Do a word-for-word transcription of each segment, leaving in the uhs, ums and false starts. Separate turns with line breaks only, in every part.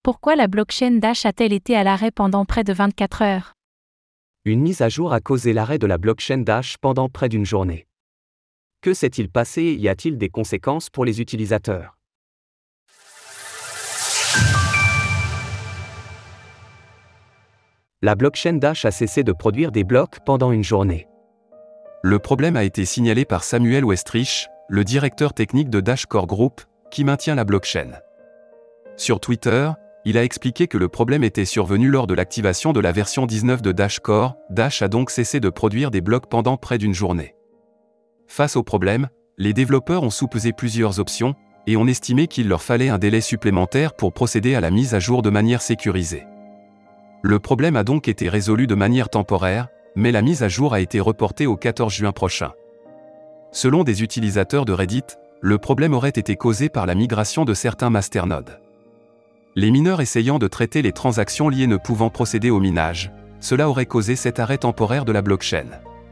Pourquoi la blockchain Dash a-t-elle été à l'arrêt pendant près de vingt-quatre heures?
Une mise à jour a causé l'arrêt de la blockchain Dash pendant près d'une journée. Que s'est-il passé et y a-t-il des conséquences pour les utilisateurs? La blockchain Dash a cessé de produire des blocs pendant une journée.
Le problème a été signalé par Samuel Westrich, le directeur technique de Dash Core Group, qui maintient la blockchain. Sur Twitter, il a expliqué que le problème était survenu lors de l'activation de la version dix-neuf de Dash Core. Dash a donc cessé de produire des blocs pendant près d'une journée. Face au problème, les développeurs ont soupesé plusieurs options, et ont estimé qu'il leur fallait un délai supplémentaire pour procéder à la mise à jour de manière sécurisée. Le problème a donc été résolu de manière temporaire, mais la mise à jour a été reportée au quatorze juin prochain. Selon des utilisateurs de Reddit, le problème aurait été causé par la migration de certains masternodes. Les mineurs essayant de traiter les transactions liées ne pouvant procéder au minage, cela aurait causé cet arrêt temporaire de la blockchain.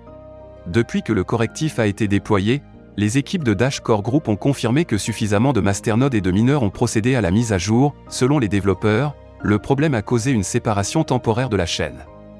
Depuis que le correctif a été déployé, les équipes de Dash Core Group ont confirmé que suffisamment de masternodes et de mineurs ont procédé à la mise à jour. Selon les développeurs, le problème a causé une séparation temporaire de la chaîne.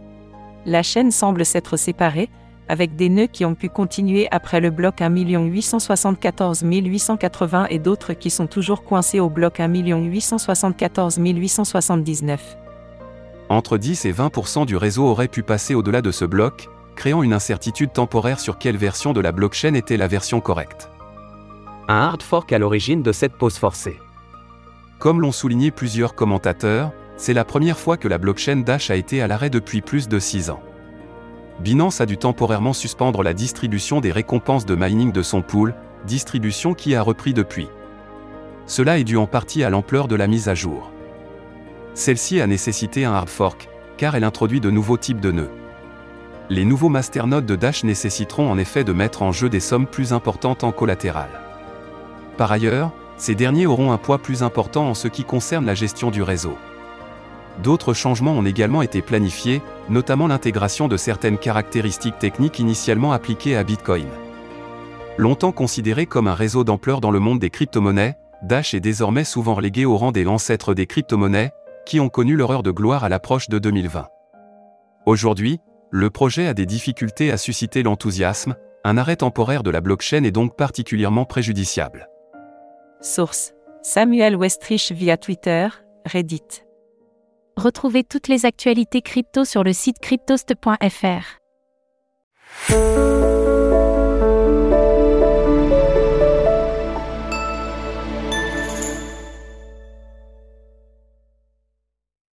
La chaîne semble s'être séparée, avec des nœuds qui ont pu continuer après le bloc un million huit cent soixante-quatorze mille huit cent quatre-vingts et d'autres qui sont toujours coincés au bloc un million huit cent soixante-quatorze mille huit cent soixante-dix-neuf.
Entre dix et vingt pour cent du réseau aurait pu passer au-delà de ce bloc, créant une incertitude temporaire sur quelle version de la blockchain était la version correcte.
Un hard fork à l'origine de cette pause forcée.
Comme l'ont souligné plusieurs commentateurs, c'est la première fois que la blockchain Dash a été à l'arrêt depuis plus de six ans. Binance a dû temporairement suspendre la distribution des récompenses de mining de son pool, distribution qui a repris depuis. Cela est dû en partie à l'ampleur de la mise à jour. Celle-ci a nécessité un hard fork, car elle introduit de nouveaux types de nœuds. Les nouveaux masternodes de Dash nécessiteront en effet de mettre en jeu des sommes plus importantes en collatéral. Par ailleurs, ces derniers auront un poids plus important en ce qui concerne la gestion du réseau. D'autres changements ont également été planifiés, notamment l'intégration de certaines caractéristiques techniques initialement appliquées à Bitcoin. Longtemps considéré comme un réseau d'ampleur dans le monde des crypto-monnaies, Dash est désormais souvent relégué au rang des ancêtres des crypto-monnaies, qui ont connu leur heure de gloire à l'approche de deux mille vingt. Aujourd'hui, le projet a des difficultés à susciter l'enthousiasme, un arrêt temporaire de la blockchain est donc particulièrement préjudiciable.
Source: Samuel Westrich via Twitter, Reddit.
Retrouvez toutes les actualités crypto sur le site cryptost point f r.